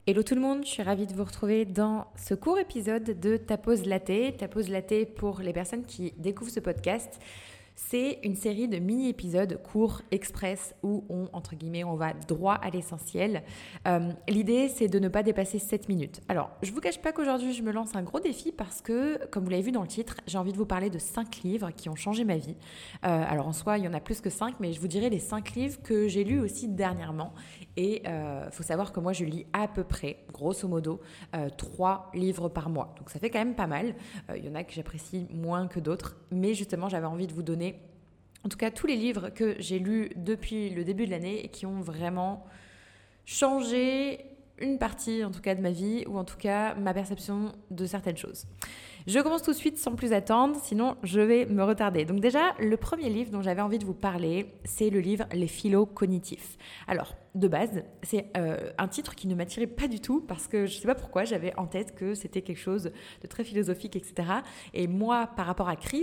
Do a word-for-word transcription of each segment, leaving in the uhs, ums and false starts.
Hello tout le monde, je suis ravie de vous retrouver dans ce court épisode de Ta Pause Latte. Ta Pause Latte, pour les personnes qui découvrent ce podcast, c'est une série de mini-épisodes courts, express, où on, entre guillemets, on va droit à l'essentiel. Euh, l'idée, c'est de ne pas dépasser sept minutes. Alors, je ne vous cache pas qu'aujourd'hui, je me lance un gros défi parce que, comme vous l'avez vu dans le titre, j'ai envie de vous parler de cinq livres qui ont changé ma vie. Euh, alors, en soi, il y en a plus que cinq, mais je vous dirai les cinq livres que j'ai lus aussi dernièrement. Et il euh, faut savoir que moi, je lis à peu près, grosso modo, euh, trois livres par mois. Donc, ça fait quand même pas mal. Il euh, y en a que j'apprécie moins que d'autres. Mais justement, j'avais envie de vous donner en tout cas tous les livres que j'ai lus depuis le début de l'année et qui ont vraiment changé une partie en tout cas de ma vie, ou en tout cas ma perception de certaines choses. Je commence tout de suite sans plus attendre, sinon je vais me retarder. Donc déjà, le premier livre dont j'avais envie de vous parler, c'est le livre Les Philo Cognitifs. Alors, de base, c'est euh, un titre qui ne m'attirait pas du tout parce que je ne sais pas pourquoi, j'avais en tête que c'était quelque chose de très philosophique, et cetera. Et moi, par rapport à Chris,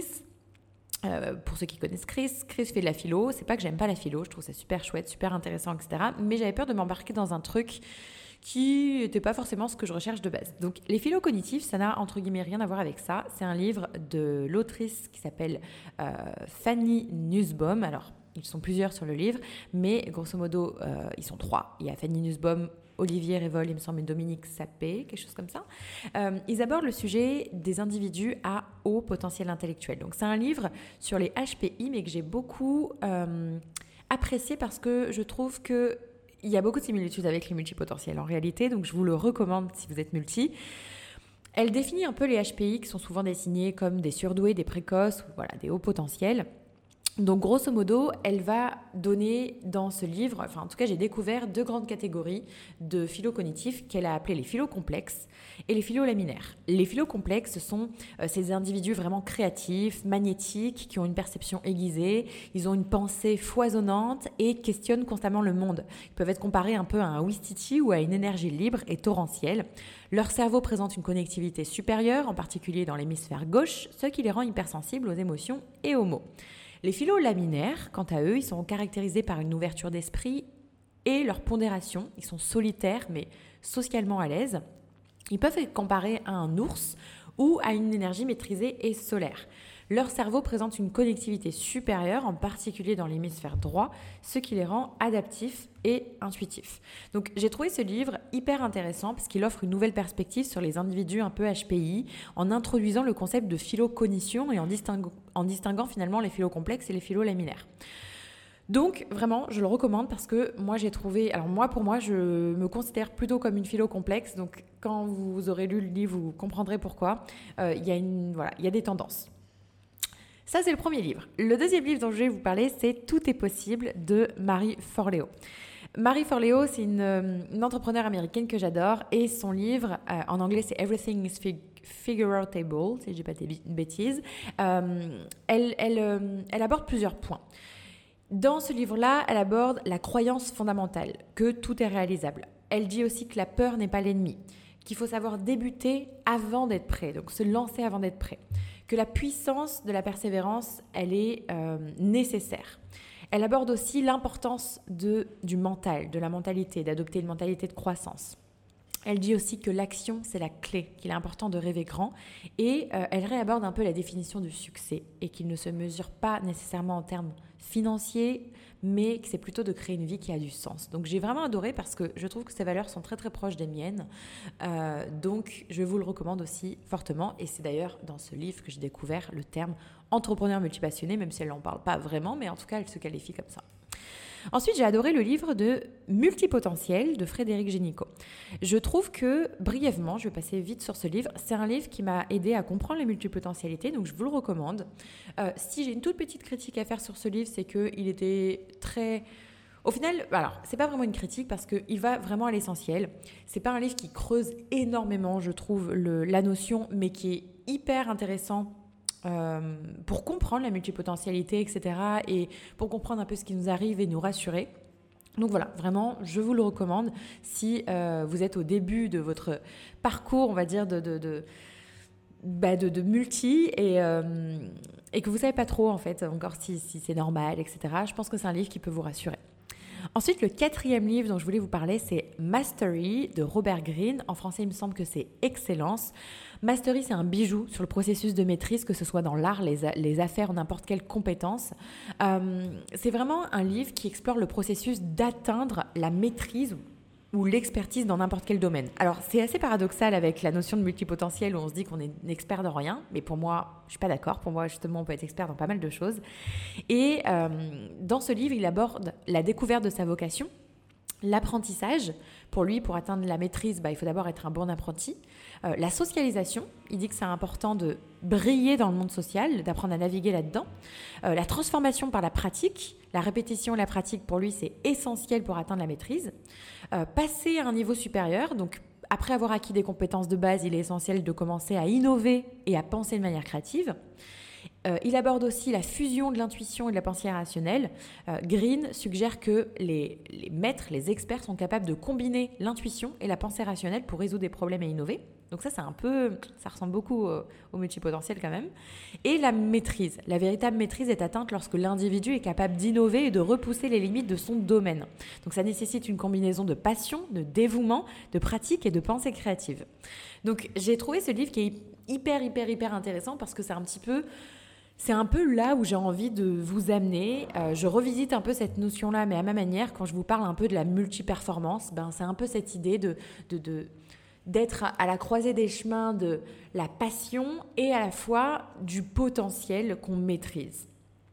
Euh, pour ceux qui connaissent Chris, Chris fait de la philo. C'est pas que j'aime pas la philo, je trouve ça super chouette, super intéressant, et cetera. Mais j'avais peur de m'embarquer dans un truc qui n'était pas forcément ce que je recherche de base. Donc, les philo cognitifs, ça n'a entre guillemets rien à voir avec ça. C'est un livre de l'autrice qui s'appelle euh, Fanny Nussbaum. Alors, ils sont plusieurs sur le livre, mais grosso modo, euh, ils sont trois. Il y a Fanny Nussbaum, Olivier Révol, il me semble, et Dominique Sapé, quelque chose comme ça. Euh, ils abordent le sujet des individus à haut potentiel intellectuel. Donc, c'est un livre sur les H P I, mais que j'ai beaucoup euh, apprécié parce que je trouve que il y a beaucoup de similitudes avec les multipotentiels en réalité, donc je vous le recommande si vous êtes multi. Elle définit un peu les H P I qui sont souvent désignés comme des surdoués, des précoces, voilà, des hauts potentiels. Donc grosso modo, elle va donner dans ce livre, enfin en tout cas j'ai découvert deux grandes catégories de philo cognitifs qu'elle a appelées les philo complexes et les philo laminaires. Les philo complexes, ce sont euh, ces individus vraiment créatifs, magnétiques, qui ont une perception aiguisée, ils ont une pensée foisonnante et questionnent constamment le monde. Ils peuvent être comparés un peu à un ouistiti ou à une énergie libre et torrentielle. Leur cerveau présente une connectivité supérieure, en particulier dans l'hémisphère gauche, ce qui les rend hypersensibles aux émotions et aux mots. Les philo laminaires, quant à eux, ils sont caractérisés par une ouverture d'esprit et leur pondération. Ils sont solitaires mais socialement à l'aise. Ils peuvent être comparés à un ours ou à une énergie maîtrisée et solaire. Leur cerveau présente une connectivité supérieure, en particulier dans l'hémisphère droit, ce qui les rend adaptifs et intuitifs. Donc j'ai trouvé ce livre hyper intéressant parce qu'il offre une nouvelle perspective sur les individus un peu H P I, en introduisant le concept de philocognition et en distinguant, en distinguant finalement les philo complexes et les philo laminaires. Donc vraiment, je le recommande parce que moi j'ai trouvé, alors moi pour moi je me considère plutôt comme une philo complexe, donc quand vous aurez lu le livre vous comprendrez pourquoi. Euh, il y a une, voilà, il y a des tendances. Ça, c'est le premier livre. Le deuxième livre dont je vais vous parler, c'est Tout est possible de Marie Forleo. Marie Forleo, c'est une, une entrepreneure américaine que j'adore et son livre, euh, en anglais, c'est Everything is fig- Figureoutable, si je ne dis pas de bêtises, euh, elle, elle, euh, elle aborde plusieurs points. Dans ce livre-là, elle aborde la croyance fondamentale, que tout est réalisable. Elle dit aussi que la peur n'est pas l'ennemi, qu'il faut savoir débuter avant d'être prêt, donc se lancer avant d'être prêt, que la puissance de la persévérance, elle est euh, nécessaire. Elle aborde aussi l'importance de, du mental, de la mentalité, d'adopter une mentalité de croissance. Elle dit aussi que l'action, c'est la clé, qu'il est important de rêver grand. Et euh, elle réaborde un peu la définition du succès et qu'il ne se mesure pas nécessairement en termes financiers, mais que c'est plutôt de créer une vie qui a du sens. Donc j'ai vraiment adoré parce que je trouve que ces valeurs sont très très proches des miennes. Euh, donc je vous le recommande aussi fortement. Et c'est d'ailleurs dans ce livre que j'ai découvert le terme entrepreneur multipassionné, même si elle n'en parle pas vraiment, mais en tout cas elle se qualifie comme ça. Ensuite, j'ai adoré le livre de Multipotentiel de Frédéric Génicaud. Je trouve que, brièvement, je vais passer vite sur ce livre, c'est un livre qui m'a aidé à comprendre les multipotentialités, donc je vous le recommande. Euh, si j'ai une toute petite critique à faire sur ce livre, c'est qu'il était très... Au final, alors, c'est pas vraiment une critique parce qu'il va vraiment à l'essentiel. C'est pas un livre qui creuse énormément, je trouve, le, la notion, mais qui est hyper intéressant Euh, pour comprendre la multipotentialité, et cetera, et pour comprendre un peu ce qui nous arrive et nous rassurer. Donc voilà, vraiment, je vous le recommande si euh, vous êtes au début de votre parcours, on va dire, de, de, de, bah de, de multi et, euh, et que vous ne savez pas trop, en fait, encore si, si c'est normal, et cetera. Je pense que c'est un livre qui peut vous rassurer. Ensuite, le quatrième livre dont je voulais vous parler, c'est Mastery de Robert Greene. En français, il me semble que c'est Excellence. Mastery, c'est un bijou sur le processus de maîtrise, que ce soit dans l'art, les, a- les affaires ou n'importe quelle compétence. Euh, c'est vraiment un livre qui explore le processus d'atteindre la maîtrise ou l'expertise dans n'importe quel domaine. Alors, c'est assez paradoxal avec la notion de multipotentiel où on se dit qu'on est expert dans rien, mais pour moi, je ne suis pas d'accord. Pour moi, justement, on peut être expert dans pas mal de choses. Et euh, dans ce livre, il aborde la découverte de sa vocation, l'apprentissage. Pour lui, pour atteindre la maîtrise, bah, il faut d'abord être un bon apprenti. Euh, la socialisation, il dit que c'est important de briller dans le monde social, d'apprendre à naviguer là-dedans. Euh, la transformation par la pratique, la répétition et la pratique, pour lui, c'est essentiel pour atteindre la maîtrise. Euh, passer à un niveau supérieur, donc après avoir acquis des compétences de base, il est essentiel de commencer à innover et à penser de manière créative. Euh, il aborde aussi la fusion de l'intuition et de la pensée rationnelle. Euh, Greene suggère que les, les maîtres, les experts sont capables de combiner l'intuition et la pensée rationnelle pour résoudre des problèmes et innover. Donc ça, c'est un peu, ça ressemble beaucoup au, au multipotentiel quand même. Et la maîtrise. La véritable maîtrise est atteinte lorsque l'individu est capable d'innover et de repousser les limites de son domaine. Donc ça nécessite une combinaison de passion, de dévouement, de pratique et de pensée créative. Donc j'ai trouvé ce livre qui est hyper, hyper, hyper intéressant parce que c'est un petit peu... C'est un peu là où j'ai envie de vous amener. Euh, je revisite un peu cette notion-là, mais à ma manière, quand je vous parle un peu de la multiperformance, ben, c'est un peu cette idée de, de, de, d'être à la croisée des chemins de la passion et à la fois du potentiel qu'on maîtrise.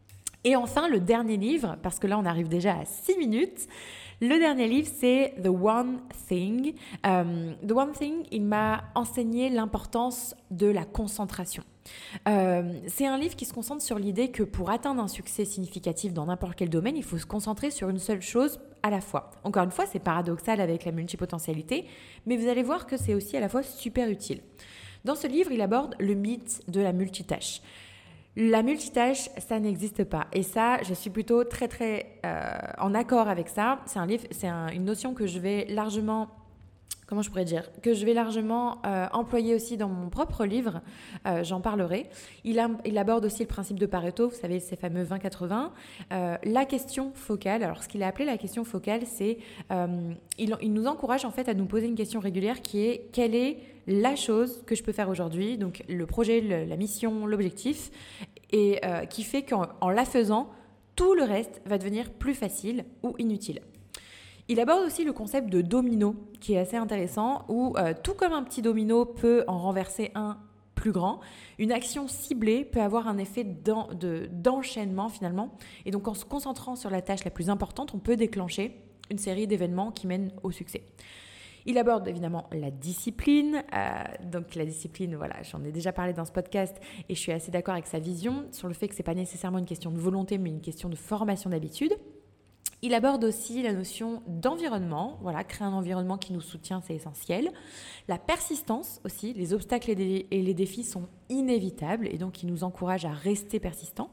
Et enfin, le dernier livre, parce que là, on arrive déjà à six minutes. Le dernier livre, c'est The One Thing. Euh, The One Thing, il m'a enseigné l'importance de la concentration. Euh, c'est un livre qui se concentre sur l'idée que pour atteindre un succès significatif dans n'importe quel domaine, il faut se concentrer sur une seule chose à la fois. Encore une fois, c'est paradoxal avec la multipotentialité, mais vous allez voir que c'est aussi à la fois super utile. Dans ce livre, il aborde le mythe de la multitâche. La multitâche, ça n'existe pas. Et ça, je suis plutôt très, très euh, en accord avec ça. C'est un livre, c'est un, une notion que je vais largement... Comment je pourrais dire, que je vais largement euh, employer aussi dans mon propre livre, euh, j'en parlerai. Il, a, il aborde aussi le principe de Pareto, vous savez, ces fameux vingt quatre-vingts. Euh, la question focale, alors ce qu'il a appelé la question focale, c'est, euh, il, il nous encourage en fait à nous poser une question régulière qui est, quelle est la chose que je peux faire aujourd'hui, donc le projet, le, la mission, l'objectif, et euh, qui fait qu'en en la faisant, tout le reste va devenir plus facile ou inutile. Il aborde aussi le concept de domino, qui est assez intéressant, où euh, tout comme un petit domino peut en renverser un plus grand, une action ciblée peut avoir un effet d'en, de, d'enchaînement finalement. Et donc en se concentrant sur la tâche la plus importante, on peut déclencher une série d'événements qui mènent au succès. Il aborde évidemment la discipline. Euh, donc la discipline, voilà, j'en ai déjà parlé dans ce podcast et je suis assez d'accord avec sa vision sur le fait que ce n'est pas nécessairement une question de volonté, mais une question de formation d'habitude. Il aborde aussi la notion d'environnement. Voilà, créer un environnement qui nous soutient, c'est essentiel. La persistance aussi. Les obstacles et, des, et les défis sont inévitables et donc ils nous encouragent à rester persistants.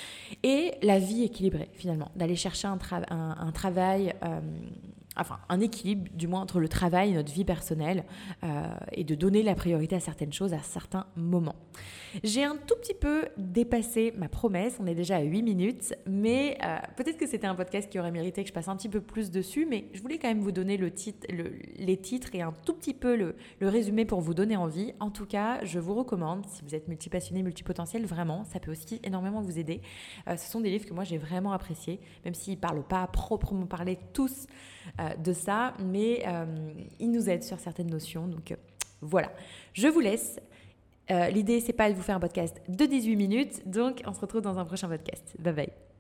Et la vie équilibrée, finalement, d'aller chercher un, tra- un, un travail... Euh, enfin un équilibre du moins entre le travail et notre vie personnelle euh, et de donner la priorité à certaines choses à certains moments. J'ai un tout petit peu dépassé ma promesse, on est déjà à huit minutes, mais euh, peut-être que c'était un podcast qui aurait mérité que je passe un petit peu plus dessus, mais je voulais quand même vous donner le titre, le, les titres et un tout petit peu le, le résumé pour vous donner envie. En tout cas, je vous recommande, si vous êtes multipassionné, multipotentiel, vraiment, ça peut aussi énormément vous aider. Euh, ce sont des livres que moi j'ai vraiment appréciés, même s'ils ne parlent pas à proprement parler tous euh, de ça, mais euh, ils nous aident sur certaines notions. Donc euh, voilà, je vous laisse. Euh, l'idée, c'est pas de vous faire un podcast de dix-huit minutes, donc on se retrouve dans un prochain podcast. Bye bye.